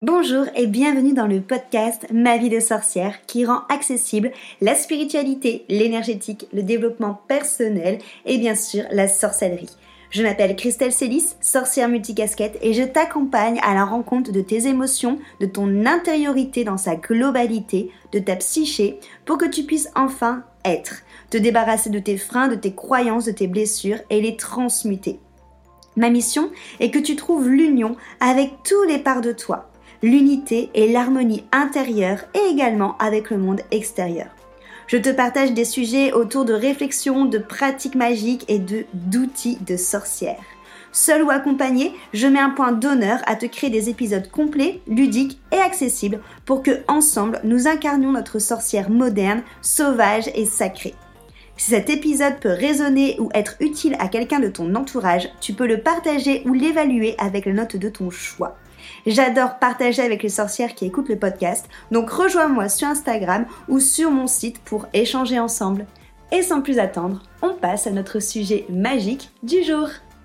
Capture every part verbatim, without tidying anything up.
Bonjour et bienvenue dans le podcast Ma vie de sorcière qui rend accessible la spiritualité, l'énergétique, le développement personnel et bien sûr la sorcellerie. Je m'appelle Christelle Célis, sorcière multicasquette et je t'accompagne à la rencontre de tes émotions, de ton intériorité dans sa globalité, de ta psyché pour que tu puisses enfin être, te débarrasser de tes freins, de tes croyances, de tes blessures et les transmuter. Ma mission est que tu trouves l'union avec tous les parts de toi, l'unité et l'harmonie intérieure et également avec le monde extérieur. Je te partage des sujets autour de réflexions, de pratiques magiques et de, d'outils de sorcière. Seul ou accompagné, je mets un point d'honneur à te créer des épisodes complets, ludiques et accessibles pour que, ensemble, nous incarnions notre sorcière moderne, sauvage et sacrée. Si cet épisode peut résonner ou être utile à quelqu'un de ton entourage, tu peux le partager ou l'évaluer avec la note de ton choix. J'adore partager avec les sorcières qui écoutent le podcast, donc rejoins-moi sur Instagram ou sur mon site pour échanger ensemble. Et sans plus attendre, on passe à notre sujet magique du jour.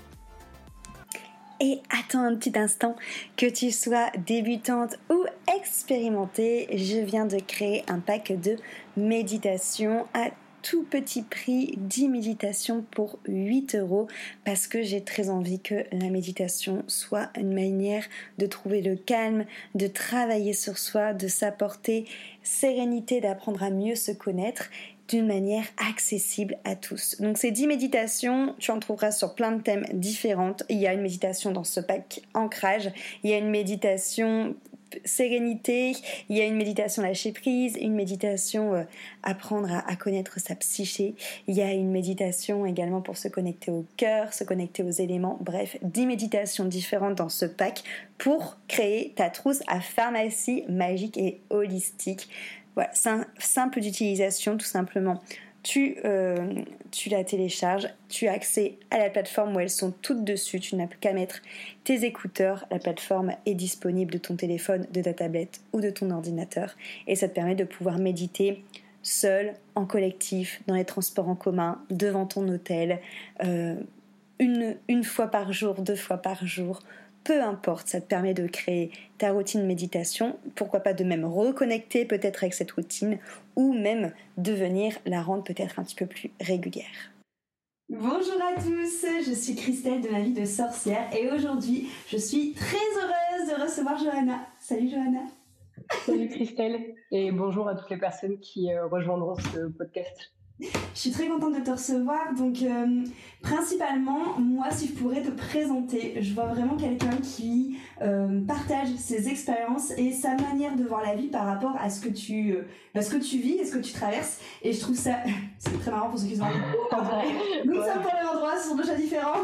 Et attends un petit instant, que tu sois débutante ou expérimentée, je viens de créer un pack de méditation à tout petit prix, dix méditations pour huit euros parce que j'ai très envie que la méditation soit une manière de trouver le calme, de travailler sur soi, de s'apporter sérénité, d'apprendre à mieux se connaître d'une manière accessible à tous. Donc ces dix méditations, tu en trouveras sur plein de thèmes différents. Il y a une méditation dans ce pack ancrage, il y a une méditation sérénité, il y a une méditation lâcher prise, une méditation euh, apprendre à, à connaître sa psyché, il y a une méditation également pour se connecter au cœur, se connecter aux éléments, bref, dix méditations différentes dans ce pack pour créer ta trousse à pharmacie magique et holistique. Voilà, sim- simple d'utilisation tout simplement. Tu, euh, tu la télécharges, tu as accès à la plateforme où elles sont toutes dessus, tu n'as plus qu'à mettre tes écouteurs, la plateforme est disponible de ton téléphone, de ta tablette ou de ton ordinateur et ça te permet de pouvoir méditer seul, en collectif, dans les transports en commun, devant ton hôtel, euh, une, une fois par jour, deux fois par jour. Peu importe, ça te permet de créer ta routine méditation, pourquoi pas de même reconnecter peut-être avec cette routine ou même de venir la rendre peut-être un petit peu plus régulière. Bonjour à tous, je suis Christelle de Ma vie de sorcière et aujourd'hui je suis très heureuse de recevoir Johanna. Salut Johanna. Salut Christelle et bonjour à toutes les personnes qui euh, rejoindront ce podcast. Je suis très contente de te recevoir, donc euh, principalement, moi si je pourrais te présenter, je vois vraiment quelqu'un qui euh, partage ses expériences et sa manière de voir la vie par rapport à ce que tu, euh, à ce que tu vis et ce que tu traverses, et je trouve ça, c'est très marrant pour ceux qui sont en vidéo, nous ne sommes pas au même endroit, ce sont deux chats différents,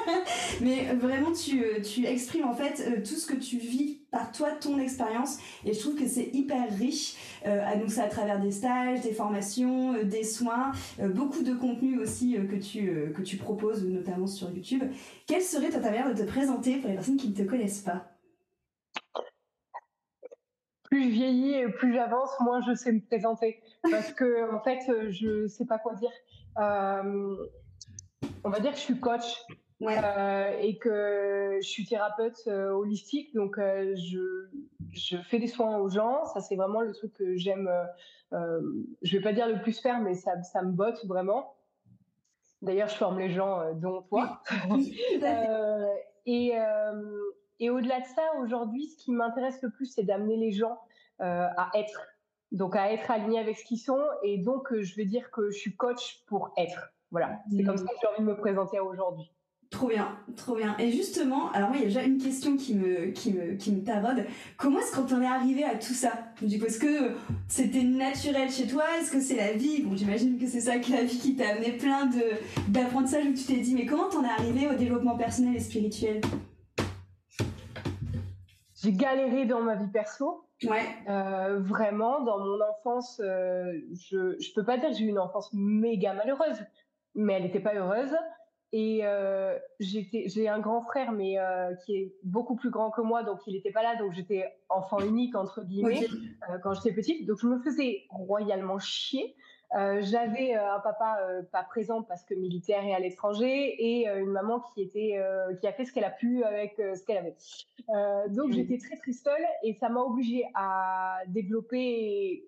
mais vraiment tu, tu exprimes en fait euh, tout ce que tu vis par toi, ton expérience, et je trouve que c'est hyper riche, euh, donc c'est à travers des stages, des formations, euh, des soins, euh, beaucoup de contenu aussi euh, que, tu, euh, que tu proposes, notamment sur YouTube. Quelle serait toi, ta manière de te présenter pour les personnes qui ne te connaissent pas ? Plus je vieillis et plus j'avance, moins je sais me présenter. Parce que, en fait, je sais pas quoi dire. Euh, on va dire que je suis coach Ouais. euh, et que je suis thérapeute euh, holistique. Donc, euh, je, je fais des soins aux gens. Ça, c'est vraiment le truc que j'aime. Euh, je vais pas dire le plus faire, mais ça, ça me botte vraiment. D'ailleurs, je forme les gens, euh, dont toi. Oui, oui, tout à fait. euh, et, euh, et au-delà de ça, aujourd'hui, ce qui m'intéresse le plus, c'est d'amener les gens euh, à être. Donc, à être alignés avec ce qu'ils sont. Et donc, euh, je vais dire que je suis coach pour être. Voilà, c'est mmh. comme ça que j'ai envie de me présenter aujourd'hui. Trop bien, trop bien. Et justement, alors moi, il y a déjà une question qui me, qui me, qui me taraude. Comment est-ce qu'on en est arrivé à tout ça ? Du coup, est-ce que c'était naturel chez toi ? Est-ce que c'est la vie ? Bon, j'imagine que c'est ça, que la vie qui t'a amené plein de, d'apprentissages où tu t'es dit, mais comment t'en es arrivé au développement personnel et spirituel ? J'ai galéré dans ma vie perso. Ouais. Euh, vraiment, dans mon enfance, euh, je, je peux pas dire que j'ai eu une enfance méga malheureuse, mais elle n'était pas heureuse. Et euh, j'étais, j'ai un grand frère, mais euh, qui est beaucoup plus grand que moi, donc il n'était pas là, donc j'étais enfant unique entre guillemets. Okay. euh, quand j'étais petite, donc je me faisais royalement chier. Euh, j'avais euh, un papa euh, pas présent parce que militaire et à l'étranger, et euh, une maman qui était euh, qui a fait ce qu'elle a pu avec euh, ce qu'elle avait. Euh, donc Mm. j'étais très tristole et ça m'a obligée à développer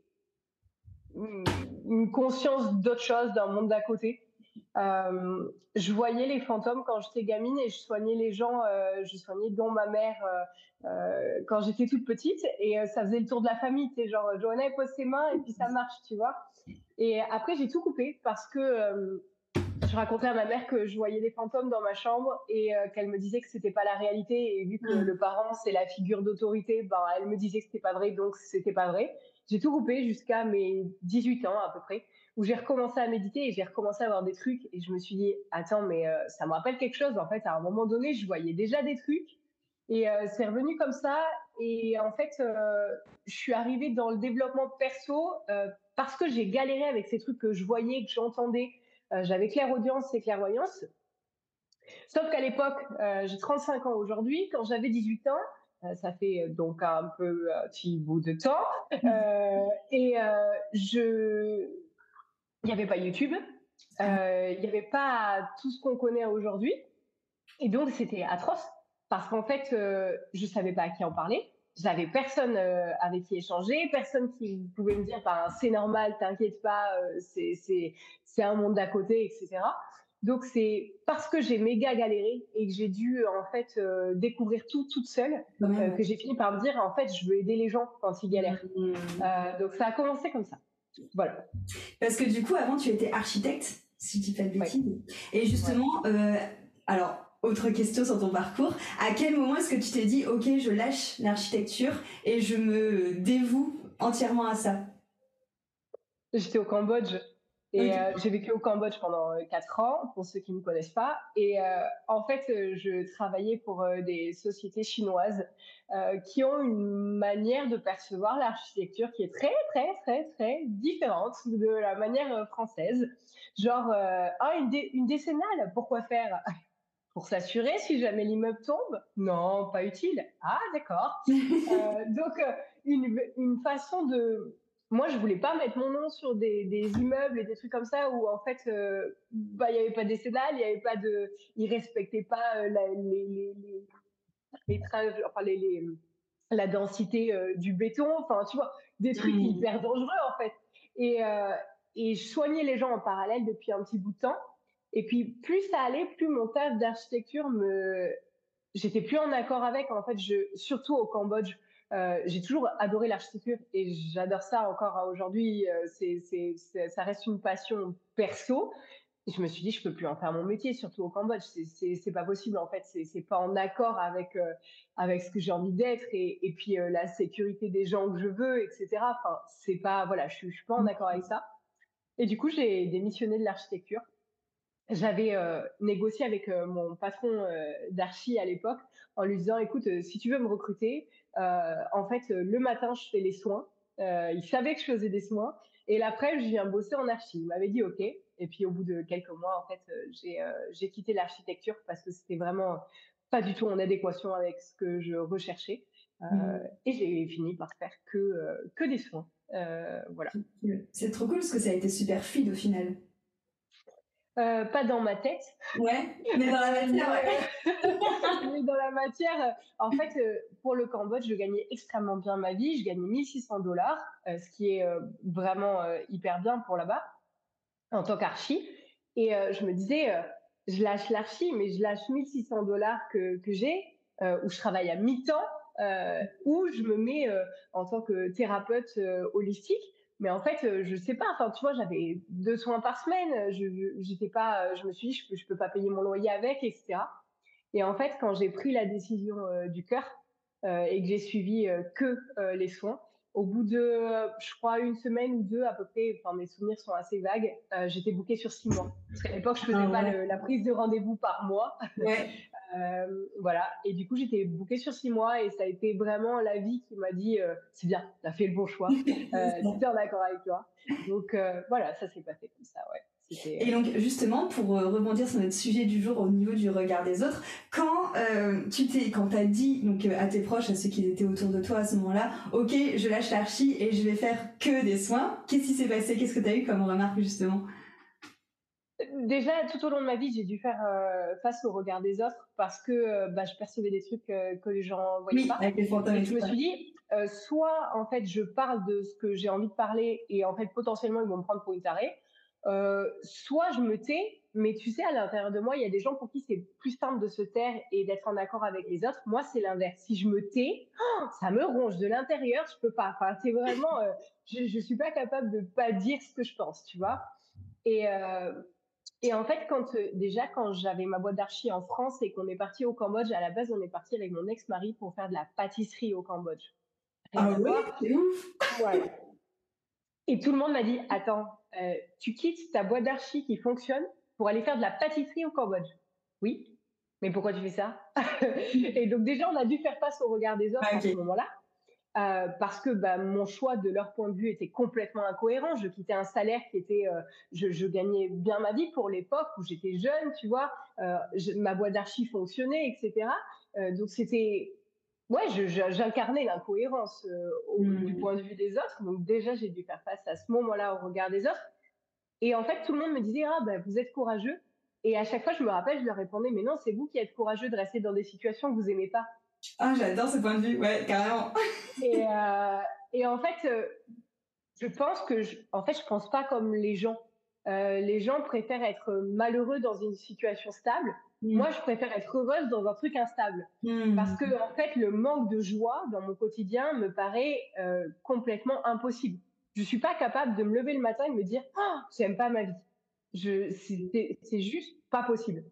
une, une conscience d'autre chose, d'un monde d'à côté. Euh, je voyais les fantômes quand j'étais gamine et je soignais les gens, euh, je soignais dont ma mère euh, euh, quand j'étais toute petite, et euh, ça faisait le tour de la famille, tu sais, genre Johanna elle pose ses mains et puis ça marche, tu vois. Et après j'ai tout coupé parce que euh, je racontais à ma mère que je voyais des fantômes dans ma chambre et euh, qu'elle me disait que c'était pas la réalité, et vu que Mm. le parent c'est la figure d'autorité, ben elle me disait que c'était pas vrai, donc c'était pas vrai. J'ai tout coupé jusqu'à mes dix-huit ans à peu près, où j'ai recommencé à méditer et j'ai recommencé à voir des trucs, et je me suis dit attends, mais euh, ça me rappelle quelque chose, en fait à un moment donné je voyais déjà des trucs, et euh, c'est revenu comme ça. Et en fait euh, je suis arrivée dans le développement perso euh, parce que j'ai galéré avec ces trucs que je voyais, que j'entendais. Euh, j'avais clairaudience et clairvoyance. Sauf qu'à l'époque, euh, j'ai trente-cinq ans aujourd'hui, quand j'avais dix-huit ans, euh, ça fait donc un peu un petit bout de temps, euh, et euh, je... il n'y avait pas YouTube, euh, il n'y avait pas tout ce qu'on connaît aujourd'hui, et donc c'était atroce, parce qu'en fait, euh, je ne savais pas à qui en parler, j'avais personne euh, avec qui échanger, personne qui pouvait me dire bah, c'est normal, t'inquiète pas, euh, c'est, c'est, c'est un monde d'à côté, et cetera. Donc c'est parce que j'ai méga galéré et que j'ai dû en fait euh, découvrir tout toute seule, Quand même, euh, ouais. que j'ai fini par me dire en fait je veux aider les gens quand ils galèrent. Mm. Euh, donc ça a commencé comme ça. Voilà. Parce que du coup, avant, tu étais architecte, si je dis pas de Ouais. bêtises. Et Ouais. justement, euh, alors, autre question sur ton parcours, à quel moment est-ce que tu t'es dit, ok, je lâche l'architecture et je me dévoue entièrement à ça? J'étais au Cambodge, et euh, Ok. j'ai vécu au Cambodge pendant euh, quatre ans, pour ceux qui ne me connaissent pas. Et euh, en fait, euh, je travaillais pour euh, des sociétés chinoises euh, qui ont une manière de percevoir l'architecture qui est très, très, très, très différente de la manière euh, française. Genre, euh, ah, une, dé- une décennale, pourquoi faire? Pour s'assurer si jamais l'immeuble tombe? Non, pas utile. Ah, d'accord. Euh, donc, euh, une, une façon de... Moi, je voulais pas mettre mon nom sur des, des immeubles et des trucs comme ça où, en fait, euh, bah, il y avait pas décennale, il y avait pas de... Ils respectaient pas euh, la, les, les, les, les traves, enfin, les, les, la densité euh, du béton. Enfin, tu vois, des trucs Mm. hyper dangereux, en fait. Et, euh, et je soignais les gens en parallèle depuis un petit bout de temps. Et puis, plus ça allait, plus mon taf d'architecture me, j'étais plus en accord avec. En fait, je, surtout au Cambodge, euh, j'ai toujours adoré l'architecture et j'adore ça encore aujourd'hui. Euh, c'est, c'est, c'est, ça reste une passion perso. Et je me suis dit, je peux plus en faire mon métier, surtout au Cambodge. C'est, c'est, c'est pas possible, en fait. C'est, c'est pas en accord avec, euh, avec ce que j'ai envie d'être, et, et puis euh, la sécurité des gens que je veux, et cetera. Enfin, c'est pas, voilà, je suis, je suis pas en accord avec ça. Et du coup, j'ai démissionné de l'architecture. J'avais euh, négocié avec euh, mon patron euh, d'archi à l'époque, en lui disant écoute, euh, si tu veux me recruter, euh, en fait euh, le matin je fais les soins. Euh, il savait que je faisais des soins, et l'après je viens bosser en archi. Il m'avait dit ok, et puis au bout de quelques mois en fait euh, j'ai euh, j'ai quitté l'architecture parce que c'était vraiment pas du tout en adéquation avec ce que je recherchais. Euh, Mm. et j'ai fini par faire que euh, que des soins. Euh, voilà. C'est trop cool parce que ça a été super fluide au final. Euh, pas dans ma tête. Ouais, mais dans la matière, mais, ouais. euh, mais dans la matière, euh, en fait, euh, pour le Cambodge, je gagnais extrêmement bien ma vie. Je gagnais mille six cents dollars, euh, ce qui est euh, vraiment euh, hyper bien pour là-bas, en tant qu'archi. Et euh, je me disais, euh, je lâche l'archi, mais je lâche mille six cents dollars que, que j'ai, euh, où je travaille à mi-temps, euh, où je me mets euh, en tant que thérapeute euh, holistique. Mais en fait, euh, je sais pas. Enfin, tu vois, j'avais deux soins par semaine. Je, je, j'étais pas. euh, Je me suis dit, je peux, je peux pas payer mon loyer avec, et cetera. Et en fait, quand j'ai pris la décision euh, du cœur euh, et que j'ai suivi euh, que euh, les soins, au bout de, euh, je crois, une semaine ou deux à peu près, enfin mes souvenirs sont assez vagues, euh, j'étais bookée sur six mois. Parce qu'à l'époque, je faisais Ah pas ouais. le, la prise de rendez-vous par mois. Ouais. Euh, voilà. Et du coup, j'étais bookée sur six mois, et ça a été vraiment la vie qui m'a dit, euh, c'est bien, t'as fait le bon choix, euh, C'est ça. super d'accord avec toi. Donc euh, voilà, ça s'est passé comme ça, ouais. Et donc justement, pour euh, rebondir sur notre sujet du jour au niveau du regard des autres, quand euh, tu t'es, quand t'as dit donc euh, à tes proches, à ceux qui étaient autour de toi à ce moment-là, ok, je lâche l'archi et je vais faire que des soins, qu'est-ce qui s'est passé? Qu'est-ce que t'as eu comme remarque justement? Déjà, tout au long de ma vie, j'ai dû faire euh, face au regard des autres parce que euh, bah, je percevais des trucs euh, que les gens voyaient Oui, pas. avec les fantômes Et et je tout me ça. suis dit, euh, soit en fait, je parle de ce que j'ai envie de parler et en fait, potentiellement, ils vont me prendre pour une tarée. Euh, soit je me tais, mais tu sais, à l'intérieur de moi, il y a des gens pour qui c'est plus simple de se taire et d'être en accord avec les autres. Moi, c'est l'inverse. Si je me tais, oh, ça me ronge de l'intérieur, je peux pas. Enfin, c'est vraiment, euh, je, je suis pas capable de pas dire ce que je pense, tu vois. Et, euh, et en fait, quand euh, déjà quand j'avais ma boîte d'archi en France et qu'on est parti au Cambodge, à la base, on est parti avec mon ex-mari pour faire de la pâtisserie au Cambodge. Rien Ah à ouais, voir. c'est ouf. Ouais. Et tout le monde m'a dit, attends, euh, tu quittes ta boîte d'archi qui fonctionne pour aller faire de la pâtisserie au Cambodge. Oui, mais pourquoi tu fais ça? Et donc déjà, on a dû faire face au regard des autres Ah, à ce ok. moment-là. Euh, parce que bah, mon choix de leur point de vue était complètement incohérent. Je quittais un salaire qui était, euh, je, je gagnais bien ma vie pour l'époque où j'étais jeune, tu vois, euh, je, ma boîte d'archi fonctionnait, et cetera. Euh, donc c'était, ouais, je, je, j'incarnais l'incohérence euh, au, du Hmm. point de vue des autres. Donc déjà, j'ai dû faire face à ce moment-là au regard des autres. Et en fait, tout le monde me disait, ah ben, vous êtes courageux. Et à chaque fois, je me rappelle, je leur répondais, mais non, c'est vous qui êtes courageux de rester dans des situations que vous aimez pas. Ah, j'adore ce point de vue, ouais, carrément. Et, euh, et en fait, euh, je pense que, je, en fait, je pense pas comme les gens. Euh, les gens préfèrent être malheureux dans une situation stable. Hmm. Moi, je préfère être heureuse dans un truc instable. Parce Hmm. que, en fait, le manque de joie dans mon quotidien me paraît euh, complètement impossible. Je suis pas capable de me lever le matin et de me dire, ah, j'aime pas ma vie. Je, c'est, c'est juste pas possible.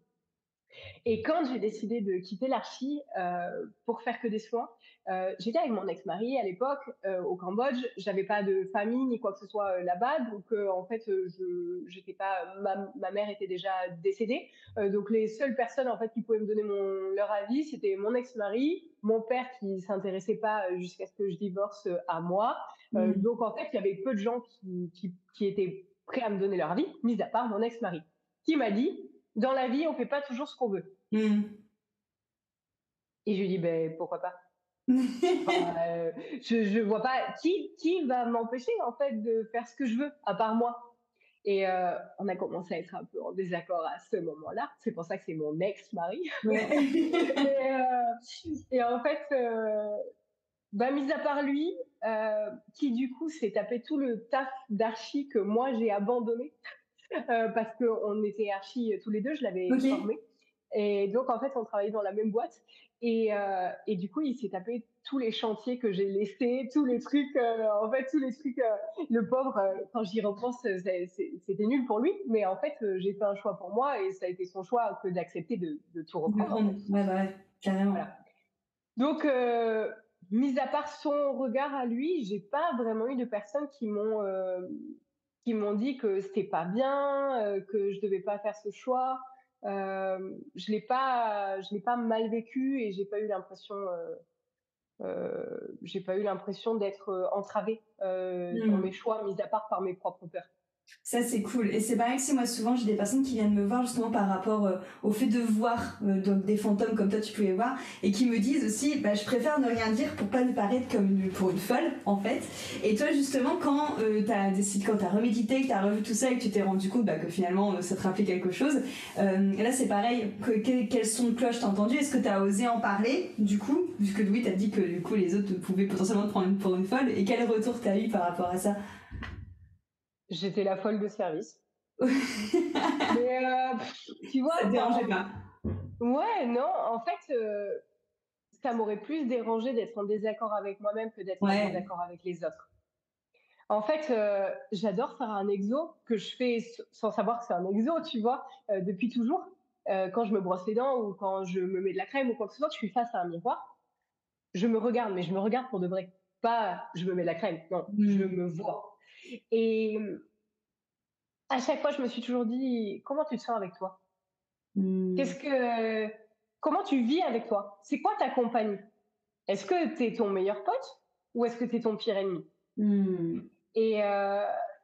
Et quand j'ai décidé de quitter l'archi euh, pour faire que des soins, euh, j'étais avec mon ex-mari à l'époque euh, au Cambodge. J'avais pas de famille ni quoi que ce soit euh, là-bas, donc euh, en fait, euh, je, j'étais pas. Ma, ma mère était déjà décédée, euh, donc les seules personnes en fait qui pouvaient me donner mon leur avis, c'était mon ex-mari, mon père qui s'intéressait pas euh, jusqu'à ce que je divorce euh, à moi. Euh, Hmm. donc en fait, il y avait peu de gens qui, qui, qui étaient prêts à me donner leur avis, mis à part mon ex-mari, qui m'a dit dans la vie, on fait pas toujours ce qu'on veut. Hmm. Et je lui dis, ben, pourquoi pas? Enfin, euh, je, je vois pas qui, qui va m'empêcher, en fait, de faire ce que je veux, à part moi. Et euh, on a commencé à être un peu en désaccord à ce moment-là. C'est pour ça que c'est mon ex-mari. Ouais. et, euh, et en fait, euh, bah, mis à part lui, euh, qui du coup s'est tapé tout le taf d'archi que moi j'ai abandonné, euh, parce qu'on était archi tous les deux, je l'avais Ok. formé. Et donc, en fait, on travaillait dans la même boîte. Et, euh, et du coup, il s'est tapé tous les chantiers que j'ai laissés, tous les trucs, euh, en fait, tous les trucs, euh, le pauvre, euh, quand j'y repense, c'est- c'est- c'était nul pour lui. Mais en fait, euh, j'ai fait un choix pour moi et ça a été son choix que d'accepter de, de tout De reprendre, en prendre. fait. Ouais, bah ouais, carrément. Voilà. Donc, euh, mis à part son regard à lui, j'ai pas vraiment eu de personnes qui m'ont euh, qui m'ont dit que c'était pas bien, euh, que je devais pas faire ce choix. Euh, je l'ai pas, je l'ai pas mal vécu et j'ai pas eu l'impression, euh, euh, j'ai pas eu l'impression d'être euh, entravée euh, dans mes Hmm. choix, mis à part par mes propres peurs. Ça, c'est cool. Et c'est pareil que si moi, souvent, j'ai des personnes qui viennent me voir justement par rapport euh, au fait de voir euh, donc des fantômes comme toi, tu pouvais voir, et qui me disent aussi, bah, je préfère ne rien dire pour pas ne paraître comme une, pour une folle, en fait. Et toi, justement, quand euh, t'as décidé, quand t'as remédité, que t'as revu tout ça et que tu t'es rendu compte bah, que finalement, euh, ça te rappelait quelque chose, euh, là, c'est pareil. Que, que, quel son de cloche t'as entendu? Est-ce que t'as osé en parler, du coup? Vu que Louis t'a dit que, du coup, les autres pouvaient potentiellement te prendre une- pour une folle. Et quel retour t'as eu par rapport à ça? J'étais la folle de service. Mais euh, tu vois, Ça te dérangeait pas? ouais, non, en fait, euh, ça m'aurait plus dérangé d'être en désaccord avec moi-même que d'être en Ouais. désaccord avec les autres. En fait, euh, j'adore faire un exo que je fais sans savoir que c'est un exo, tu vois, euh, depuis toujours. Euh, quand je me brosse les dents ou quand je me mets de la crème ou quoi que ce soit, je suis face à un miroir. Je me regarde, mais je me regarde pour de vrai. Pas je me mets de la crème, non, je Hmm. me vois. Et à chaque fois, je me suis toujours dit, comment tu te sens avec toi? Hmm. Qu'est-ce que, comment tu vis avec toi? C'est quoi ta compagnie? Est-ce que tu es ton meilleur pote ou est-ce que tu es ton pire ennemi? Hmm. Et, euh,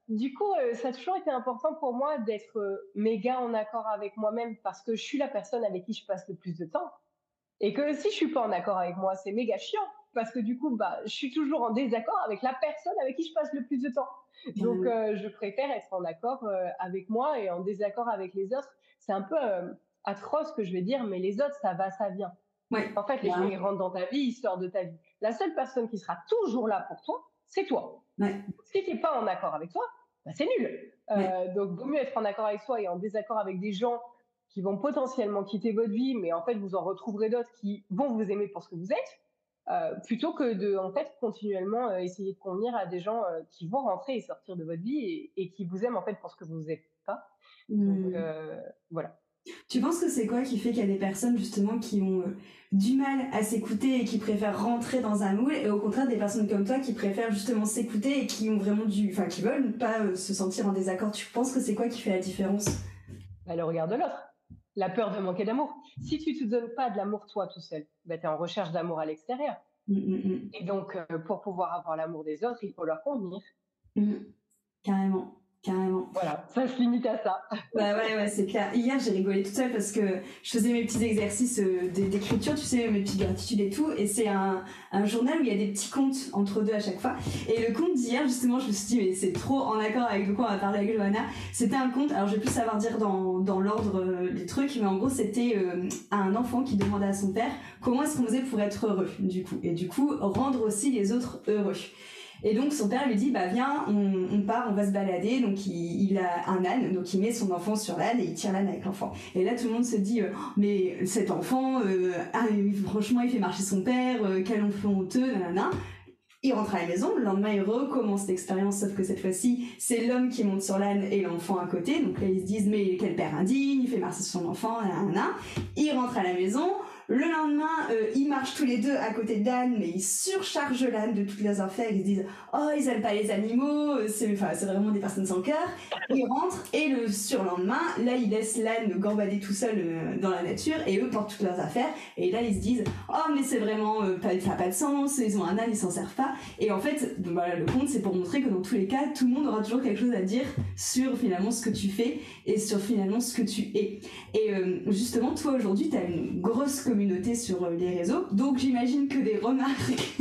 du coup, euh, ça a toujours été important pour moi d'être euh, méga en accord avec moi-même parce que je suis la personne avec qui je passe le plus de temps. Et que si je suis pas en accord avec moi, c'est méga chiant parce que du coup, bah, je suis toujours en désaccord avec la personne avec qui je passe le plus de temps. Donc, Carrément. euh, je préfère être en accord euh, avec moi et en désaccord avec les autres. C'est un peu euh, atroce ce que je vais dire, mais les autres, ça va, ça vient. Ouais, En fait, les gens, ils carrément. rentrent dans ta vie, ils sortent de ta vie. La seule personne qui sera toujours là pour toi, c'est toi. Ouais, Si tu n'es pas en accord avec toi, bah, c'est nul. ouais. Euh, donc, vaut mieux être en accord avec soi et en désaccord avec des gens qui vont potentiellement quitter votre vie, mais en fait, vous en retrouverez d'autres qui vont vous aimer pour ce que vous êtes, euh, plutôt que de, en fait, continuellement euh, essayer de convenir à des gens euh, qui vont rentrer et sortir de votre vie et, et qui vous aiment, en fait, pour ce que vous n'êtes pas. Donc, Hmm. euh, voilà. Tu penses que c'est quoi qui fait qu'il y a des personnes justement qui ont euh, du mal à s'écouter et qui préfèrent rentrer dans un moule, et au contraire des personnes comme toi qui préfèrent justement s'écouter et qui ont vraiment du, enfin qui veulent pas euh, se sentir en désaccord. Tu penses que c'est quoi qui fait la différence? Bah, le regard de l'autre. La peur de manquer d'amour. Si tu te donnes pas de l'amour toi tout seul, bah, tu es en recherche d'amour à l'extérieur. Mm, mm, Et donc, euh, pour pouvoir avoir l'amour des autres, il faut leur convenir. mm. Mm. Carrément, carrément. Voilà, ça se limite à ça. Bah ouais, ouais, c'est clair. Hier, j'ai rigolé toute seule parce que je faisais mes petits exercices euh, d'é- d'écriture, tu sais, mes petites gratitudes et tout. Et c'est un, un journal où il y a des petits contes entre deux à chaque fois. Et le conte d'hier, justement, je me suis dit, mais c'est trop en accord avec de quoi on va parler avec Johanna. C'était un conte, alors je vais plus savoir dire dans, dans l'ordre euh, les trucs, mais en gros, c'était euh, un enfant qui demandait à son père comment est-ce qu'on faisait pour être heureux, du coup. Et du coup, rendre aussi les autres heureux. Et donc son père lui dit bah viens on, on part on va se balader, donc il, il a un âne, donc il met son enfant sur l'âne et il tire l'âne avec l'enfant, et là tout le monde se dit euh, mais cet enfant euh, ah, franchement il fait marcher son père, euh, quel enfant honteux, nanana. Il rentre à la maison, le lendemain il recommence l'expérience, sauf que cette fois-ci c'est l'homme qui monte sur l'âne et l'enfant à côté, donc là ils se disent mais quel père indigne, il fait marcher son enfant, nanana. Il rentre à la maison. Le lendemain, euh, ils marchent tous les deux à côté de l'âne, mais ils surchargent l'âne de toutes les affaires. Ils se disent oh ils aiment pas les animaux, c'est enfin c'est vraiment des personnes sans cœur. Ils rentrent et le surlendemain, là ils laissent l'âne gambader tout seul euh, dans la nature et eux portent toutes leurs affaires. Et là ils se disent oh mais c'est vraiment euh, pas, ça n'a pas de sens, ils ont un âne, ils s'en servent pas. Et en fait, donc, voilà, le conte c'est pour montrer que dans tous les cas, tout le monde aura toujours quelque chose à dire sur finalement ce que tu fais et sur finalement ce que tu es. Et euh, justement, toi aujourd'hui, tu as une grosse communauté sur euh, les réseaux, donc j'imagine que des remarques,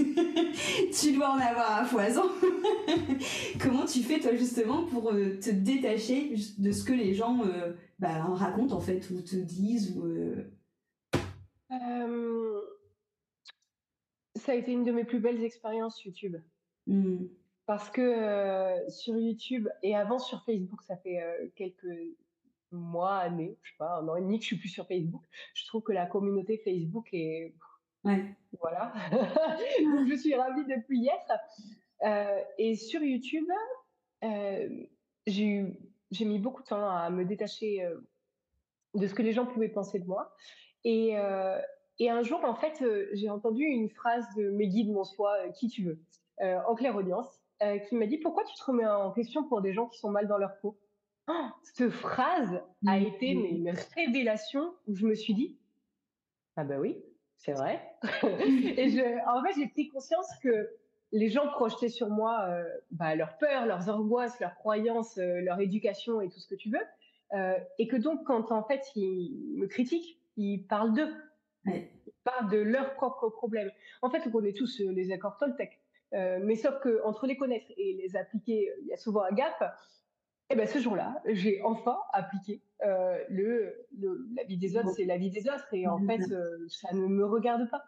tu dois en avoir à foison. Comment tu fais toi justement pour euh, te détacher de ce que les gens euh, bah, racontent en fait, ou te disent ou, euh... Euh, ça a été une de mes plus belles expériences YouTube. mmh. Parce que euh, sur YouTube et avant sur Facebook, ça fait euh, quelques mois, années, je sais pas, un an et demi que je suis plus sur Facebook. Je trouve que la communauté Facebook est... Ouais. Voilà. Donc je suis ravie depuis hier. Euh, et sur YouTube, euh, j'ai eu, j'ai mis beaucoup de temps à me détacher euh, de ce que les gens pouvaient penser de moi. Et, euh, et un jour, en fait, euh, j'ai entendu une phrase de Meggy de mon soi, euh, qui tu veux, euh, en claire audience, euh, qui m'a dit pourquoi tu te remets en question pour des gens qui sont mal dans leur peau. Oh, cette phrase a été mais, Mmh. une révélation où je me suis dit ah ben oui, c'est vrai. Et je, en fait, j'ai pris conscience que les gens projetaient sur moi euh, bah, leurs peurs, leurs angoisses, leurs croyances, euh, leur éducation et tout ce que tu veux. Euh, et que donc, quand en fait, ils me critiquent, ils parlent d'eux, Ouais. ils parlent de leurs propres problèmes. En fait, on connaît tous euh, les accords Toltec. Euh, mais sauf que entre les connaître et les appliquer, il y a souvent un gap. Et ben ce jour-là, j'ai enfin appliqué euh, le, le la vie des autres, Bon. c'est la vie des autres, et en fait, euh, ça ne me regarde pas.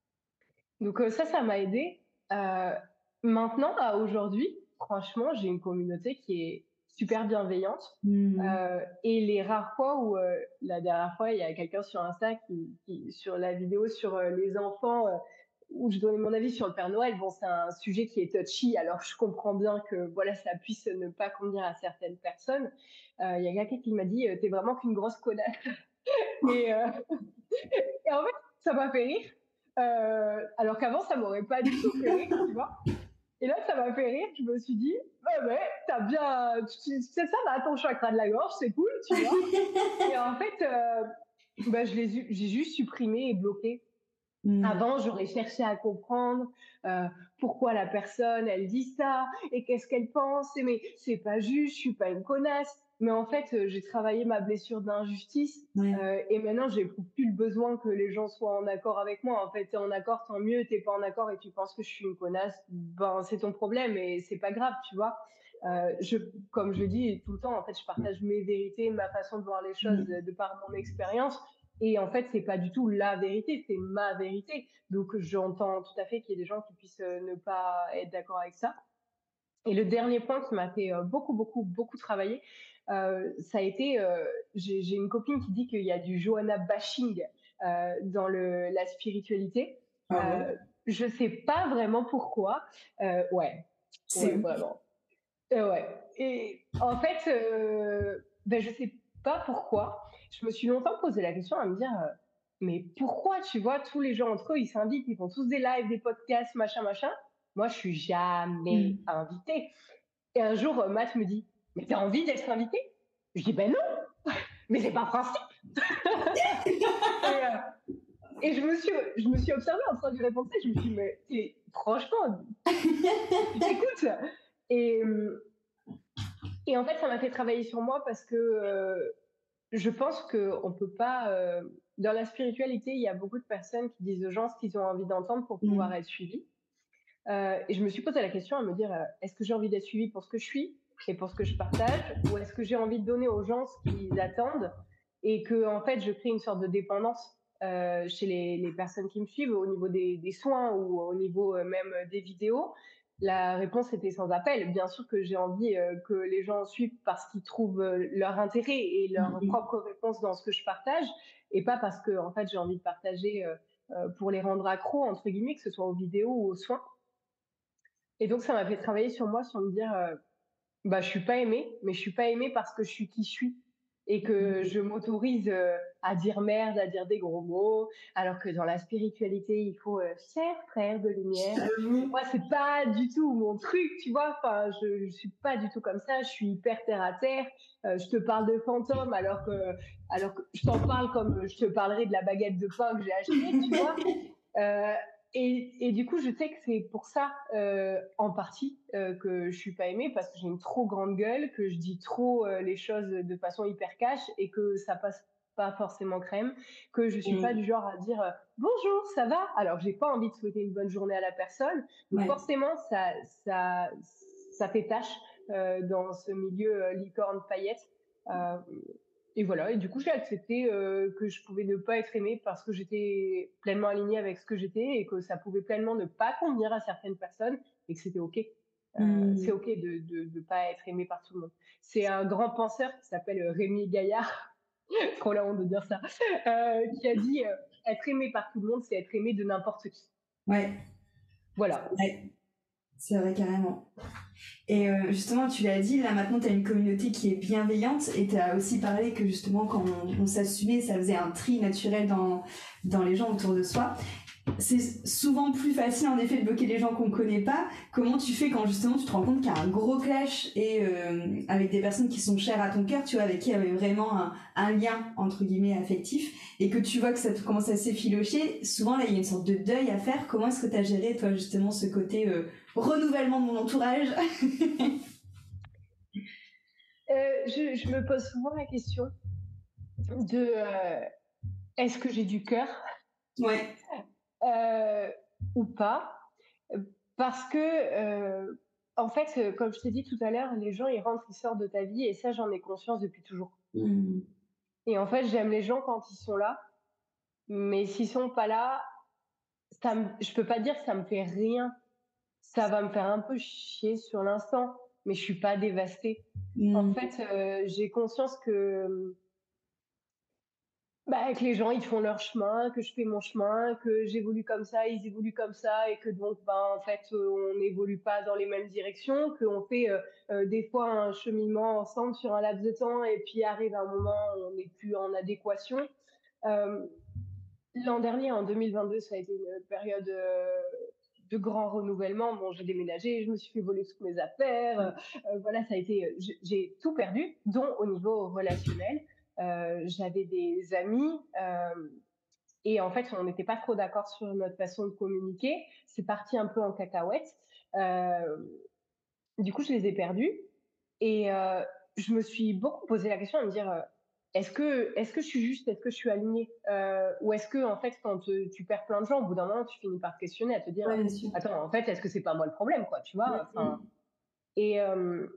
Donc euh, ça, ça m'a aidé. Euh, maintenant, à aujourd'hui, franchement, j'ai une communauté qui est super bienveillante. Mmh. Euh, et les rares fois où, euh, la dernière fois, il y a quelqu'un sur Insta qui, qui sur la vidéo sur euh, les enfants, euh, où je donnais mon avis sur le Père Noël. Bon, c'est un sujet qui est touchy, alors je comprends bien que voilà, ça puisse ne pas convenir à certaines personnes. Euh, Il y a quelqu'un qui m'a dit, euh, t'es vraiment qu'une grosse connasse. et, euh, et en fait, ça m'a fait rire. Euh, alors qu'avant, ça m'aurait pas du tout fait rire, tu vois. Et là, ça m'a fait rire. Je me suis dit, ouais, ouais, t'as bien, tu sais ça, bah, ton chakra de la gorge, c'est cool, tu vois. Et en fait, euh, bah, je les, j'ai juste supprimé et bloqué. Mmh. Avant, j'aurais cherché à comprendre euh, pourquoi la personne, elle dit ça, et qu'est-ce qu'elle pense, et mais c'est pas juste, je suis pas une connasse. Mais en fait, euh, j'ai travaillé ma blessure d'injustice, Ouais. euh, et maintenant, j'éprouve plus le besoin que les gens soient en accord avec moi. En fait, t'es en accord, tant mieux, t'es pas en accord et tu penses que je suis une connasse, ben c'est ton problème et c'est pas grave, tu vois. Euh, je, comme je dis tout le temps, en fait, je partage mes vérités, ma façon de voir les choses Mmh. de, de par mon expérience. Et en fait, c'est pas du tout la vérité, c'est ma vérité. Donc, j'entends tout à fait qu'il y ait des gens qui puissent euh, ne pas être d'accord avec ça. Et le dernier point qui m'a fait euh, beaucoup, beaucoup, beaucoup travailler, euh, ça a été, euh, j'ai j'ai une copine qui dit qu'il y a du Johanna bashing euh, dans le, la spiritualité. Ah ouais? Euh, je sais pas vraiment pourquoi. Euh, ouais, C'est ouais, ouf. vraiment. Euh, ouais. Et en fait, euh, ben, je sais pas pourquoi. Je me suis longtemps posé la question à me dire, euh, mais pourquoi, tu vois, tous les gens entre eux, ils s'invitent, ils font tous des lives, des podcasts, machin, machin. Moi, je suis jamais Mmh. invitée. Et un jour, euh, Matt me dit, mais t'as envie d'être invitée? Je dis, ben non, mais c'est pas principe. et, euh, et je me suis, je me suis observée en train de lui répondre ça. Je me suis dit, mais t'es- franchement, tu t'écoutes. Et, euh, et en fait, ça m'a fait travailler sur moi parce que euh, je pense qu'on peut pas. Euh, dans la spiritualité, il y a beaucoup de personnes qui disent aux gens ce qu'ils ont envie d'entendre pour pouvoir Mmh. être suivis. Euh, et je me suis posé la question à me dire euh, est-ce que j'ai envie d'être suivie pour ce que je suis et pour ce que je partage, ou est-ce que j'ai envie de donner aux gens ce qu'ils attendent et que en fait je crée une sorte de dépendance euh, chez les, les personnes qui me suivent au niveau des, des soins ou au niveau euh, même des vidéos. La réponse était sans appel. Bien sûr que j'ai envie euh, que les gens suivent parce qu'ils trouvent euh, leur intérêt et leur Mmh. propre réponse dans ce que je partage, et pas parce que en fait j'ai envie de partager euh, euh, pour les rendre accros entre guillemets, que ce soit aux vidéos ou aux soins. Et donc ça m'a fait travailler sur moi, sur me dire euh, bah je suis pas aimée, mais je suis pas aimée parce que je suis qui je suis et que je m'autorise euh, à dire merde, à dire des gros mots, alors que dans la spiritualité il faut euh, cher frère de lumière. J'avoue. Moi c'est pas du tout mon truc, tu vois. Enfin je, je suis pas du tout comme ça. Je suis hyper terre à terre. Euh, je te parle de fantômes alors que alors que je t'en parle comme je te parlerai de la baguette de pain que j'ai achetée, tu vois. Euh, et, et, du coup, je sais que c'est pour ça, euh, en partie, euh, que je suis pas aimée, parce que j'ai une trop grande gueule, que je dis trop euh, les choses de façon hyper cash et que ça passe pas forcément crème, que je suis pas Mmh. du genre à dire euh, bonjour, ça va, alors j'ai pas envie de souhaiter une bonne journée à la personne. Donc Ouais. forcément, ça, ça, ça fait tâche euh, dans ce milieu euh, licorne paillettes. Euh, et voilà, et du coup, j'ai accepté euh, que je pouvais ne pas être aimée parce que j'étais pleinement alignée avec ce que j'étais et que ça pouvait pleinement ne pas convenir à certaines personnes et que c'était OK. Euh, c'est Mmh. OK de ne de, de pas être aimé par tout le monde. C'est un grand penseur qui s'appelle euh, Rémi Gaillard, trop la honte de dire ça, euh, qui a dit euh, être aimé par tout le monde, c'est être aimé de n'importe qui. Ouais. Voilà. Ouais. C'est vrai, carrément. Et euh, justement, tu l'as dit, là maintenant tu as une communauté qui est bienveillante et tu as aussi parlé que justement quand on, on s'assumait, ça faisait un tri naturel dans, dans les gens autour de soi. C'est souvent plus facile en effet de bloquer les gens qu'on connaît pas. Comment tu fais quand justement tu te rends compte qu'il y a un gros clash et euh, avec des personnes qui sont chères à ton cœur, tu vois, avec qui il y avait vraiment un, un lien entre guillemets affectif et que tu vois que ça te commence à s'effilocher. Souvent là il y a une sorte de deuil à faire. Comment est-ce que tu as géré toi justement ce côté euh, renouvellement de mon entourage? Euh, je, je me pose souvent la question de euh, est-ce que j'ai du cœur Ouais. euh, ou pas? Parce que, euh, en fait, euh, comme je t'ai dit tout à l'heure, les gens, ils rentrent, ils sortent de ta vie, et ça, j'en ai conscience depuis toujours. Mmh. Et en fait, j'aime les gens quand ils sont là, mais s'ils sont pas là, ça me, je peux pas dire que ça me fait rien. Ça va me faire un peu chier sur l'instant, mais je suis pas dévastée. En Mmh. fait, euh, j'ai conscience que bah, que les gens, ils font leur chemin, que je fais mon chemin, que j'évolue comme ça, ils évoluent comme ça, et que donc, ben, en fait, euh, on n'évolue pas dans les mêmes directions, qu'on fait euh, euh, des fois un cheminement ensemble sur un laps de temps, et puis arrive un moment où on n'est plus en adéquation. Euh, L'an dernier, en deux mille vingt-deux, ça a été une période euh, de grand renouvellement. Bon, j'ai déménagé, je me suis fait voler toutes mes affaires. Euh, voilà, ça a été, j'ai tout perdu, dont au niveau relationnel. Euh, J'avais des amis euh, Et en fait, on n'était pas trop d'accord sur notre façon de communiquer. C'est parti un peu en cacahuète. Euh, du coup, je les ai perdus. Et euh, je me suis beaucoup posé la question à me dire, euh, est-ce que, est-ce que je suis juste, est-ce que je suis alignée euh, ou est-ce que, en fait, quand euh, tu perds plein de gens, au bout d'un moment, tu finis par te questionner, à te dire, Ouais, bien sûr. attends, en fait, est-ce que c'est pas moi le problème, quoi, tu vois enfin, Mm. Et euh,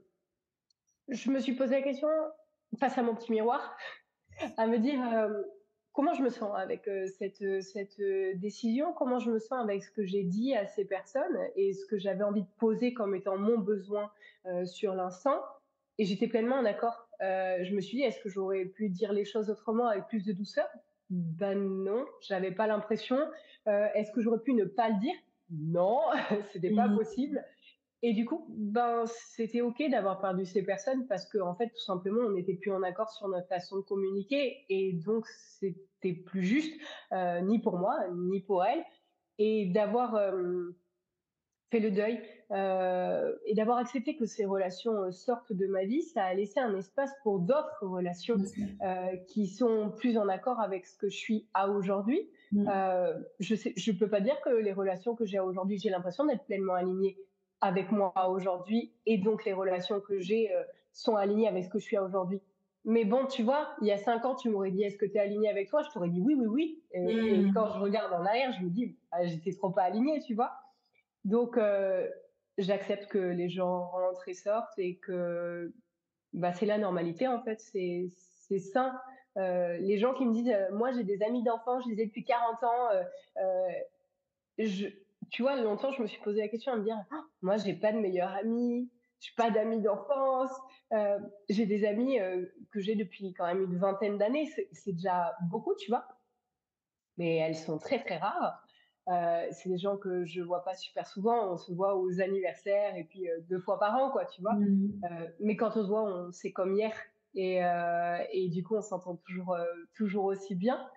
je me suis posé la question face à mon petit miroir, à me dire euh, comment je me sens avec euh, cette, euh, cette euh, décision, comment je me sens avec ce que j'ai dit à ces personnes et ce que j'avais envie de poser comme étant mon besoin euh, sur l'instant. Et j'étais pleinement en accord. Euh, je me suis dit, est-ce que j'aurais pu dire les choses autrement avec plus de douceur? Ben non, j'avais pas l'impression. Euh, est-ce que j'aurais pu ne pas le dire? Non, c'était pas Mm. possible. Et du coup, ben, c'était OK d'avoir perdu ces personnes parce qu'en en fait, tout simplement, on n'était plus en accord sur notre façon de communiquer et donc c'était plus juste, euh, ni pour moi, ni pour elle. Et d'avoir euh, fait le deuil euh, et d'avoir accepté que ces relations euh, sortent de ma vie, ça a laissé un espace pour d'autres relations Bien sûr. euh, qui sont plus en accord avec ce que je suis à aujourd'hui. Mm. Euh, je sais, je peux pas dire que les relations que j'ai aujourd'hui, j'ai l'impression d'être pleinement alignée avec moi aujourd'hui, et donc les relations que j'ai euh, sont alignées avec ce que je suis à aujourd'hui. Mais bon, tu vois, il y a cinq ans, tu m'aurais dit est-ce que tu es aligné avec toi? Je t'aurais dit oui, oui, oui. Et, et quand Mm. je regarde en arrière, je me dis ah, j'étais trop pas alignée, tu vois. Donc, euh, j'accepte que les gens rentrent et sortent et que bah, c'est la normalité en fait, c'est c'est sain. Euh, les gens qui me disent, euh, moi j'ai des amis d'enfance, je les ai depuis quarante ans, euh, euh, je, tu vois, longtemps je me suis posé la question à me dire, ah, moi j'ai pas de meilleurs amis, j'ai pas d'amis d'enfance, euh, j'ai des amis euh, que j'ai depuis quand même une vingtaine d'années, c'est c'est déjà beaucoup, tu vois, mais elles sont très très rares. Euh, c'est des gens que je vois pas super souvent. On se voit aux anniversaires et puis euh, deux fois par an, quoi, tu vois. Mm. Euh, mais quand on se voit, on c'est comme hier et, euh, et du coup, on s'entend toujours euh, toujours aussi bien.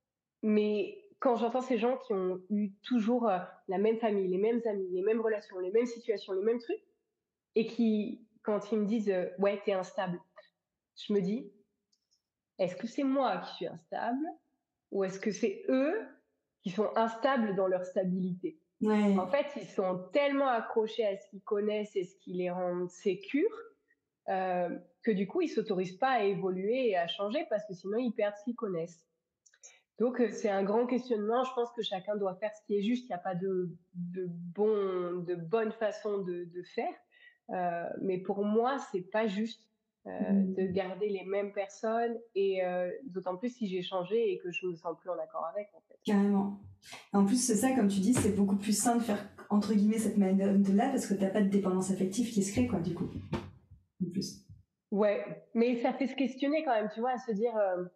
Mais quand j'entends ces gens qui ont eu toujours euh, la même famille, les mêmes amis, les mêmes relations, les mêmes situations, les mêmes trucs, et qui, quand ils me disent euh, ouais, t'es instable, je me dis, est-ce que c'est moi qui suis instable ou est-ce que c'est eux qui sont instables dans leur stabilité? En Ouais. fait, ils sont tellement accrochés à ce qu'ils connaissent et ce qui les rend sécures euh, que du coup, ils s'autorisent pas à évoluer et à changer parce que sinon, ils perdent ce qu'ils connaissent. Donc, euh, c'est un grand questionnement. Je pense que chacun doit faire ce qui est juste. Il n'y a pas de, de, bon, de bonne façon de, de faire. Euh, mais pour moi, c'est pas juste euh, de Mm. garder les mêmes personnes et euh, d'autant plus si j'ai changé et que je me sens plus en accord avec, en fait. Carrément. En plus, c'est ça, comme tu dis, c'est beaucoup plus sain de faire, entre guillemets, cette manière-là parce que t'as pas de dépendance affective qui se crée, quoi, du coup. En plus. Ouais, mais ça fait se questionner quand même, tu vois, à se dire, euh,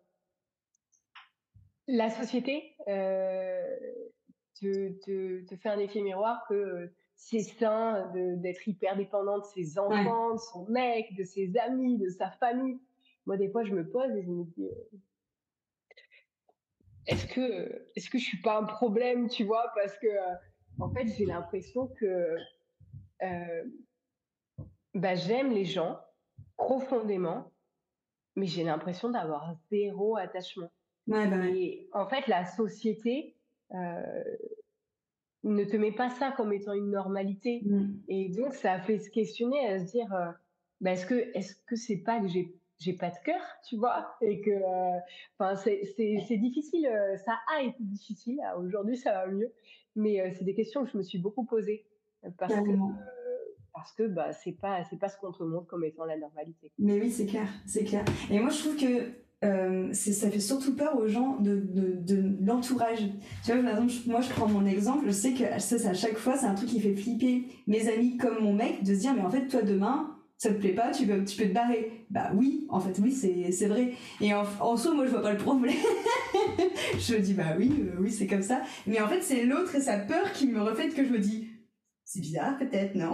la société euh, te, te, te fait un effet miroir que euh, c'est sain de- d'être hyper dépendant de ses Ouais. enfants, de son mec, de ses amis, de sa famille. Moi, des fois, je me pose et je me dis, euh, est-ce que, est-ce que je suis pas un problème, tu vois, parce que, euh, en fait, j'ai l'impression que euh, bah, j'aime les gens profondément, mais j'ai l'impression d'avoir zéro attachement. Ouais, bah ouais. Et en fait, la société euh, ne te met pas ça comme étant une normalité. Mm. Et donc, ça a fait se questionner, à se dire, euh, bah, est-ce que est-ce que c'est pas que j'ai j'ai pas de cœur, tu vois, et que, enfin, euh, c'est c'est c'est difficile. euh, Ça a été difficile. Ah, aujourd'hui, ça va mieux, mais euh, c'est des questions que je me suis beaucoup posées euh, parce que Carrément. parce que bah c'est pas c'est pas ce qu'on te montre comme étant la normalité. Mais oui, c'est clair, c'est clair. Et moi, je trouve que euh, c'est, ça fait surtout peur aux gens de, de, de l'entourage. Tu vois, par exemple, je- moi, je prends mon exemple, je sais que ça, ça, à chaque fois, c'est un truc qui fait flipper mes amis comme mon mec, de se dire, mais en fait, toi, demain, ça te plaît pas, tu peux, tu peux te barrer. Bah oui, en fait, oui, c'est, c'est vrai. Et en, en soi, moi, je vois pas le problème. Je me dis, bah oui, euh, oui, c'est comme ça. Mais en fait, c'est l'autre et sa peur qui me reflète que je me dis, c'est bizarre, peut-être, non?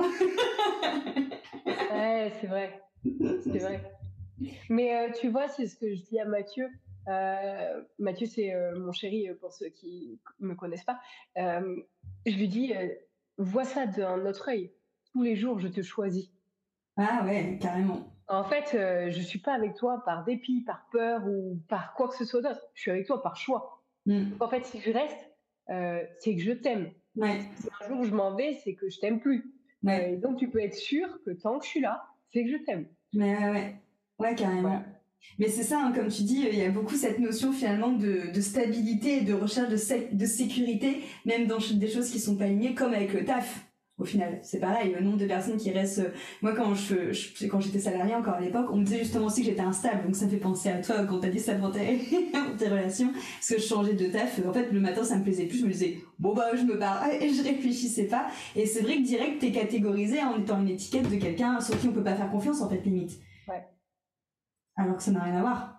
Ouais, c'est vrai, c'est vrai. Mais euh, tu vois, c'est ce que je dis à Mathieu. Euh, Mathieu, c'est euh, mon chéri euh, pour ceux qui me connaissent pas. Euh, je lui dis, euh, vois ça d'un autre œil. Tous les jours, je te choisis. Ah ouais, carrément. En fait, euh, je suis pas avec toi par dépit, par peur ou par quoi que ce soit d'autre. Je suis avec toi par choix. Mmh. Donc en fait, si je reste, heu, c'est que je t'aime. Ouais. Si un jour je m'en vais, c'est que je t'aime plus. Heu, Ouais. et donc tu peux être sûr que tant que je suis là, c'est que je t'aime. Mais ouais, ouais. Ouais, carrément. Voilà. Mais c'est ça, hein, comme tu dis, il y a beaucoup cette notion finalement de, de stabilité et de recherche de, sé- de sécurité, même dans ch- des choses qui sont pas alignées, comme avec le taf. Au final, c'est pareil, le nombre de personnes qui restent... euh, Moi, quand je, je- quand j'étais salariée encore à l'époque, on me disait justement aussi que j'étais instable, donc ça me fait penser à toi quand t'as dit ça pour tes, pour tes relations, parce que je changeais de taf. En fait, le matin, ça me plaisait plus, je me disais, bon bah, je me barre, et je réfléchissais pas. Et c'est vrai que direct, t'es catégorisé en étant une étiquette de quelqu'un sur qui on peut pas faire confiance, en fait, limite. Ouais. Alors que ça n'a rien à voir.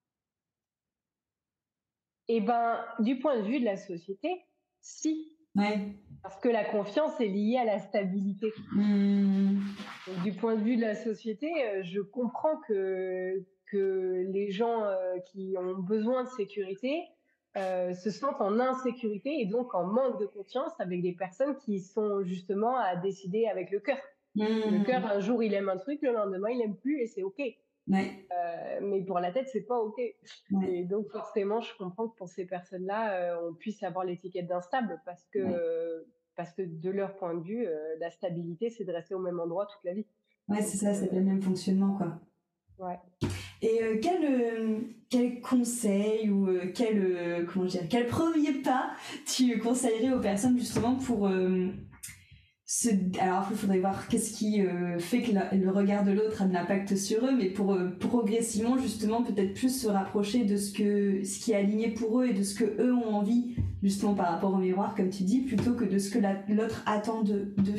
Et ben, du point de vue de la société, si. Ouais. Parce que la confiance est liée à la stabilité. Mmh. Donc, du point de vue de la société, euh, je comprends que, que les gens euh, qui ont besoin de sécurité euh, se sentent en insécurité et donc en manque de confiance avec des personnes qui sont justement à décider avec le cœur. Le cœur, Mmh. un jour, il aime un truc, le lendemain, il aime plus et c'est OK. Ouais. Euh, mais pour la tête, c'est pas OK. Ouais. Et donc, forcément, je comprends que pour ces personnes-là, euh, on puisse avoir l'étiquette d'instable parce que, Ouais. euh, parce que de leur point de vue, euh, la stabilité, c'est de rester au même endroit toute la vie. Ouais, Donc, c'est ça, c'est euh, pas le même fonctionnement, quoi. ouais. Et euh, quel, euh, quel conseil ou euh, quel, euh, comment dire, quel premier pas tu conseillerais aux personnes justement pour euh, se... Alors, il faudrait voir qu'est-ce qui euh, fait que la- le regard de l'autre a de l'impact sur eux, mais pour euh, progressivement justement peut-être plus se rapprocher de ce, que, ce qui est aligné pour eux et de ce que eux ont envie justement par rapport au miroir, comme tu dis, plutôt que de ce que la- l'autre attend de d'eux.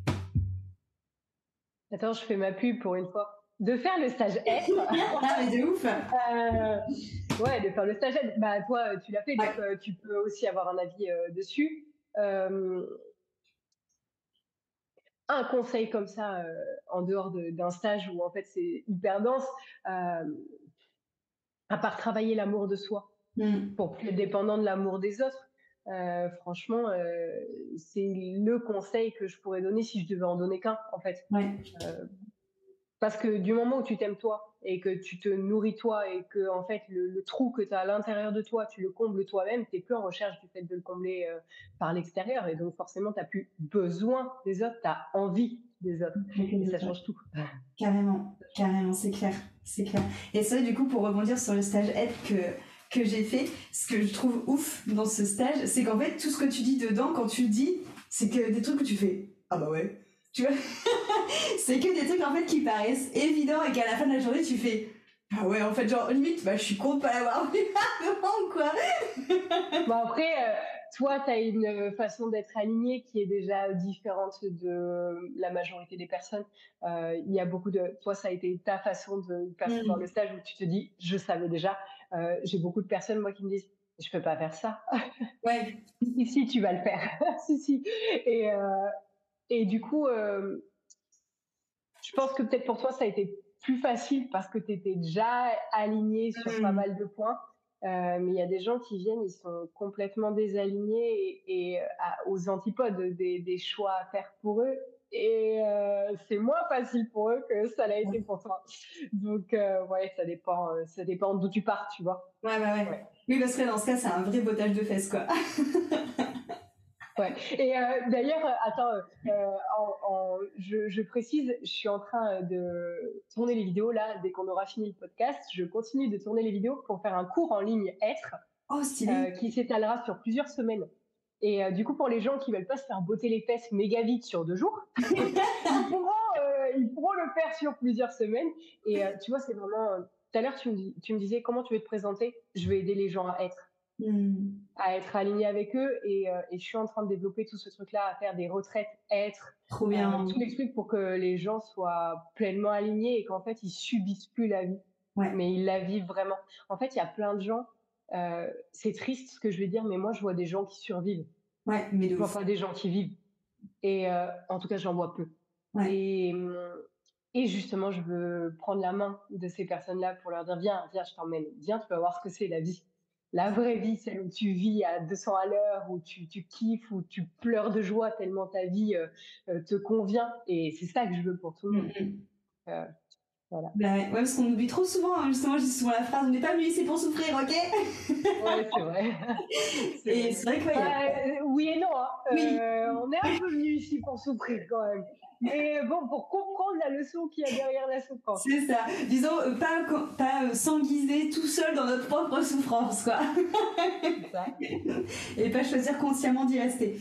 Attends, je fais ma pub pour une fois. De faire le stage être. Ah, mais de ouf. euh, ouais, de faire le stage être. Bah, toi, tu l'as fait, Ouais. donc euh, tu peux aussi avoir un avis euh, dessus. Euh, un conseil comme ça, euh, en dehors de- d'un stage où en fait c'est hyper dense, euh, à part travailler l'amour de soi Mm. pour plus être dépendant de l'amour des autres, euh, franchement, euh, c'est le conseil que je pourrais donner si je devais en donner qu'un, en fait. Ouais. Euh, Parce que du moment où tu t'aimes toi et que tu te nourris toi et que en fait le, le trou que tu as à l'intérieur de toi, tu le combles toi-même, tu n'es plus en recherche du fait de le combler euh, par l'extérieur et donc forcément tu n'as plus besoin des autres, tu as envie des autres et ça change tout. Carrément, carrément, c'est clair, c'est clair. Et ça, du coup, pour rebondir sur le stage aide que que j'ai fait, ce que je trouve ouf dans ce stage, c'est qu'en fait, tout ce que tu dis dedans, quand tu le dis, c'est que des trucs que tu fais. Ah bah ouais. Tu vois, c'est que des trucs en fait qui paraissent évidents et qu'à la fin de la journée, tu fais. Ah ouais, en fait, genre, limite, bah, je suis con de pas l'avoir vu avant, quoi. Bon après, euh, toi, tu as une façon d'être aligné qui est déjà différente de la majorité des personnes. Euh, Il y a beaucoup de... Toi, ça a été ta façon de percevoir le Mm. stage où tu te dis, je savais déjà. Euh, J'ai beaucoup de personnes, moi, qui me disent, je peux pas faire ça. Ouais. Si, si, tu vas le faire. si, si. Et, euh, et du coup, euh, je pense que peut-être pour toi, ça a été plus facile parce que tu étais déjà aligné sur pas Mm. mal de points. Euh, mais il y a des gens qui viennent, ils sont complètement désalignés et, et à- aux antipodes des, des choix à faire pour eux. Et euh, c'est moins facile pour eux que ça l'a été pour toi. Donc, euh, ouais, ça dépend, euh, ça dépend d'où tu pars, tu vois. Ouais, ouais, ouais. Ouais. Oui, parce que dans ce cas, c'est un vrai bottage de fesses, quoi. Ouais. Et euh, d'ailleurs, euh, attends, euh, en, en- je, je précise, je suis en train de tourner les vidéos là. Dès qu'on aura fini le podcast, je continue de tourner les vidéos pour faire un cours en ligne être Oh, stylé. euh, qui s'étalera sur plusieurs semaines. Et euh, du coup, pour les gens qui veulent pas se faire botter les fesses méga vite sur deux jours, ils pourront, euh, ils pourront le faire sur plusieurs semaines. Et euh, tu vois, c'est vraiment. euh, Tout à l'heure, tu me, dis- tu me disais comment tu veux te présenter. Je vais aider les gens à être Mm. à être aligné avec eux et, euh, et je suis en train de développer tout ce truc-là, à faire des retraites, être, Trop euh, bien. tous les trucs pour que les gens soient pleinement alignés et qu'en fait ils subissent plus la vie, Ouais. mais ils la vivent vraiment. En fait, il y a plein de gens, euh, c'est triste ce que je vais dire, mais moi je vois des gens qui survivent, Ouais, mais de je vois ouf. pas des gens qui vivent. Et euh, en tout cas, j'en vois peu. Ouais. Et, et justement, je veux prendre la main de ces personnes-là pour leur dire, viens, viens, je t'emmène, viens, tu vas voir ce que c'est la vie. La vraie vie, celle où tu vis à deux cents à l'heure, où tu, tu kiffes, où tu pleures de joie tellement ta vie euh, euh, te convient. Et c'est ça que je veux pour tout le monde. Mm, mm. Euh, Voilà. Bah ouais, ouais, parce qu'on oublie trop souvent, hein, justement, je dis souvent la phrase, on n'est pas venu ici pour souffrir, ok? Ouais, c'est vrai. c'est Et vrai. c'est vrai que, ouais, y a... Bah, euh, oui et non, hein. Oui, Euh, on est un peu venu ici pour souffrir quand même. Mais bon, pour comprendre la leçon qu'il y a derrière la souffrance. c'est ça. Disons, euh, pas, pas euh, s'enguiser tout seul dans notre propre souffrance, quoi. C'est ça. Et pas choisir consciemment d'y rester.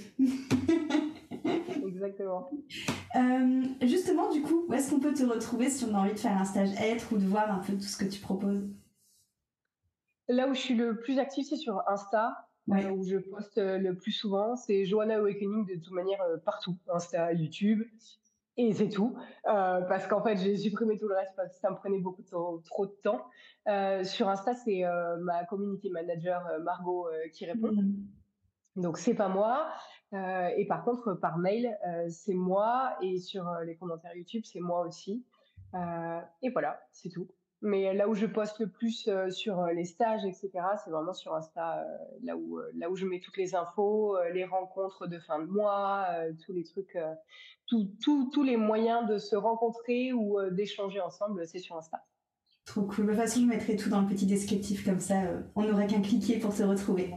Exactement. Euh, justement, du coup, où est-ce qu'on peut te retrouver si on a envie de faire un stage être ou de voir un peu tout ce que tu proposes? Là où je suis le plus active, c'est sur Insta, euh, Ouais. où je poste euh, le plus souvent. C'est Joanna Awakening de toute manière euh, partout. Insta, YouTube, et c'est tout. Euh, parce qu'en fait, j'ai supprimé tout le reste parce que ça me prenait beaucoup trop, trop de temps. Euh, sur Insta, c'est euh, ma community manager euh, Margot euh, qui répond. Mmh. Donc c'est pas moi. Euh, et par contre, par mail, euh, c'est moi. Et sur euh, les commentaires YouTube, c'est moi aussi. Euh, et voilà, c'est tout. Mais là où je poste le plus euh, sur euh, les stages, et cetera, c'est vraiment sur Insta, euh, là où euh, là où je mets toutes les infos, euh, les rencontres de fin de mois, euh, tous les trucs, euh, tout- tout- tous les moyens de se rencontrer ou euh, d'échanger ensemble, c'est sur Insta. Trop cool. De toute façon, je mettrai tout dans le petit descriptif, comme ça, euh, on n'aura qu'un cliquer pour te retrouver.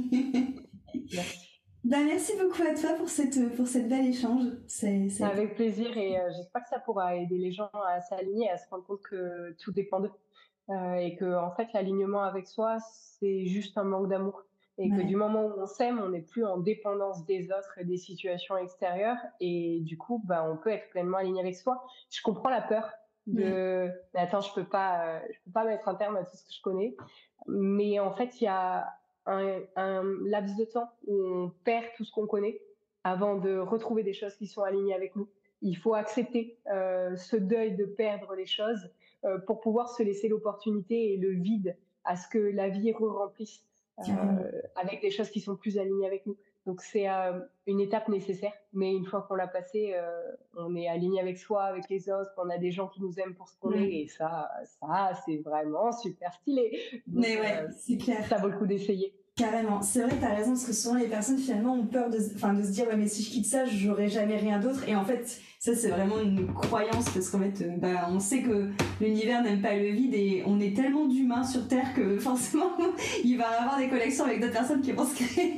Merci. Bah, merci beaucoup à toi pour cette, pour cette belle échange. C'est, ça a été... Avec plaisir et euh, j'espère que ça pourra aider les gens à s'aligner, à se rendre compte que tout dépend d'eux. Euh, et que en fait l'alignement avec soi c'est juste un manque d'amour et que du Ouais. moment où on s'aime on n'est plus en dépendance des autres et des situations extérieures et du coup bah on peut être pleinement aligné avec soi. Je comprends la peur Mm. de mais attends je peux pas euh, je peux pas mettre un terme à tout ce que je connais mais en fait il y a un, un laps de temps où on perd tout ce qu'on connaît avant de retrouver des choses qui sont alignées avec nous. Il faut accepter euh, ce deuil de perdre les choses euh, pour pouvoir se laisser l'opportunité et le vide à ce que la vie re-remplisse Carrément. euh, avec des choses qui sont plus alignées avec nous. Donc c'est euh, une étape nécessaire, mais une fois qu'on l'a passée, euh, on est aligné avec soi, avec les autres, on a des gens qui nous aiment pour ce qu'on est, Mm. et ça, ça c'est vraiment super stylé. Donc Mais ouais, euh, c'est clair. ça vaut le coup d'essayer. Carrément. C'est vrai que t'as raison, parce que souvent les personnes finalement ont peur de, enfin, de se dire ouais mais si je quitte ça, j'aurai jamais rien d'autre. Et en fait, ça c'est vraiment une croyance parce qu'en fait, euh, bah, on sait que l'univers n'aime pas le vide et on est tellement d'humains sur Terre que forcément il va y avoir des connexions avec d'autres personnes qui vont se créer.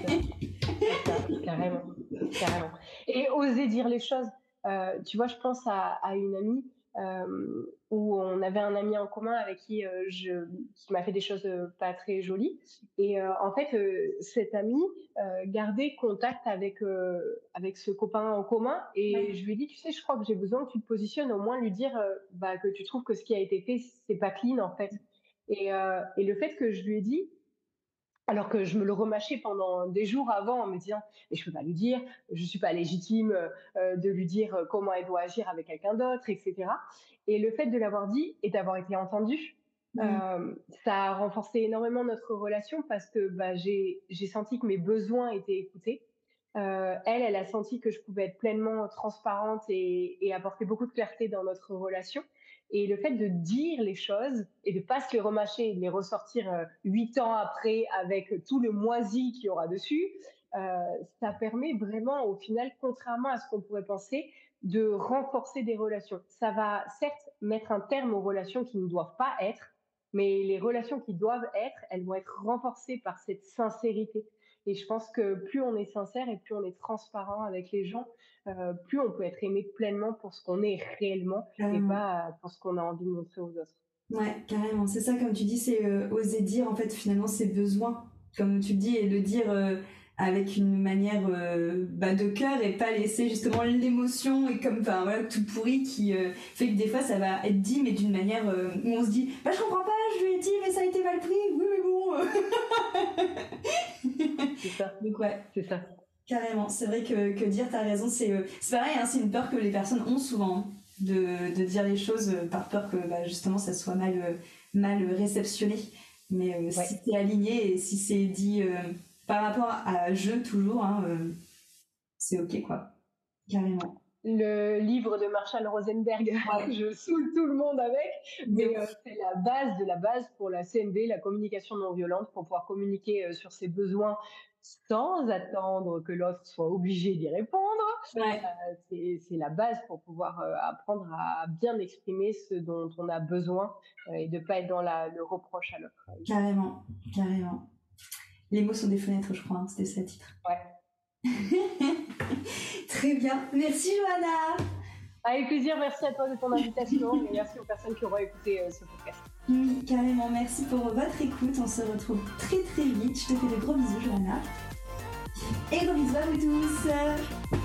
C'est ça, carrément, carrément. Et oser dire les choses. Euh, tu vois, je pense à, à une amie euh, où on avait un ami en commun avec qui euh, je, qui m'a fait des choses euh, pas très jolies. Et euh, en fait, euh, cette amie euh, gardait contact avec euh, avec ce copain en commun. Et Ouais. je lui ai dit, tu sais, je crois que j'ai besoin que tu te positionnes, au moins lui dire euh, bah, que tu trouves que ce qui a été fait, c'est pas clean en fait. Et, euh, et le fait que je lui ai dit alors que je me le remâchais pendant des jours avant en me disant mais je peux pas lui dire, je suis pas légitime euh, de lui dire euh, comment elle doit agir avec quelqu'un d'autre, et cetera. Et le fait de l'avoir dit et d'avoir été entendue, Mm. euh, ça a renforcé énormément notre relation parce que bah, j'ai j'ai senti que mes besoins étaient écoutés. Euh, elle, elle a senti que je pouvais être pleinement transparente et, et apporter beaucoup de clarté dans notre relation. Et le fait de dire les choses et de pas se les remâcher et de les ressortir euh, huit ans après avec tout le moisi qu'il y aura dessus, euh, ça permet vraiment, au final, contrairement à ce qu'on pourrait penser, de renforcer des relations. Ça va certes mettre un terme aux relations qui ne doivent pas être, mais les relations qui doivent être, elles vont être renforcées par cette sincérité. Et je pense que plus on est sincère et plus on est transparent avec les gens, euh, plus on peut être aimé pleinement pour ce qu'on est réellement et Carrément. pas pour ce qu'on a envie de montrer aux autres. Ouais, carrément. C'est ça, comme tu dis, c'est euh, oser dire en fait finalement ses besoins, comme tu le dis, et le dire euh, avec une manière euh, bah, de cœur et pas laisser justement l'émotion et comme enfin voilà tout pourri qui euh, fait que des fois ça va être dit mais d'une manière euh, où on se dit bah je comprends pas, je lui ai dit mais ça a été mal pris, oui mais bon. C'est ça, Donc ouais. c'est ça. Carrément, c'est vrai que, que dire t'as raison, c'est euh, c'est pareil, hein, c'est une peur que les personnes ont souvent, hein, de, de dire les choses euh, par peur que bah, justement ça soit mal, euh, mal réceptionné. Mais euh, Ouais. si t'es aligné et si c'est dit euh, par rapport à je toujours, hein, euh, c'est ok quoi, carrément. Le livre de Marshall Rosenberg, Ouais, je saoule tout le monde avec, de mais euh, ouf. c'est la base de la base pour la C N V, la communication non violente, pour pouvoir communiquer euh, sur ses besoins sans attendre que l'autre soit obligé d'y répondre. Ouais. Euh, c'est, c'est la base pour pouvoir euh, apprendre à bien exprimer ce dont on a besoin euh, et de pas être dans la, le reproche à l'autre. Carrément, carrément. Les mots sont des fenêtres, je crois, hein, c'était ça le titre. Ouais. Très bien. Merci, Johanna. Avec plaisir, merci à toi de ton invitation et merci aux personnes qui auront écouté euh, ce podcast. Oui, carrément, merci pour votre écoute. On se retrouve très très vite. Je te fais de gros bisous, Johanna. Et gros bisous à vous tous.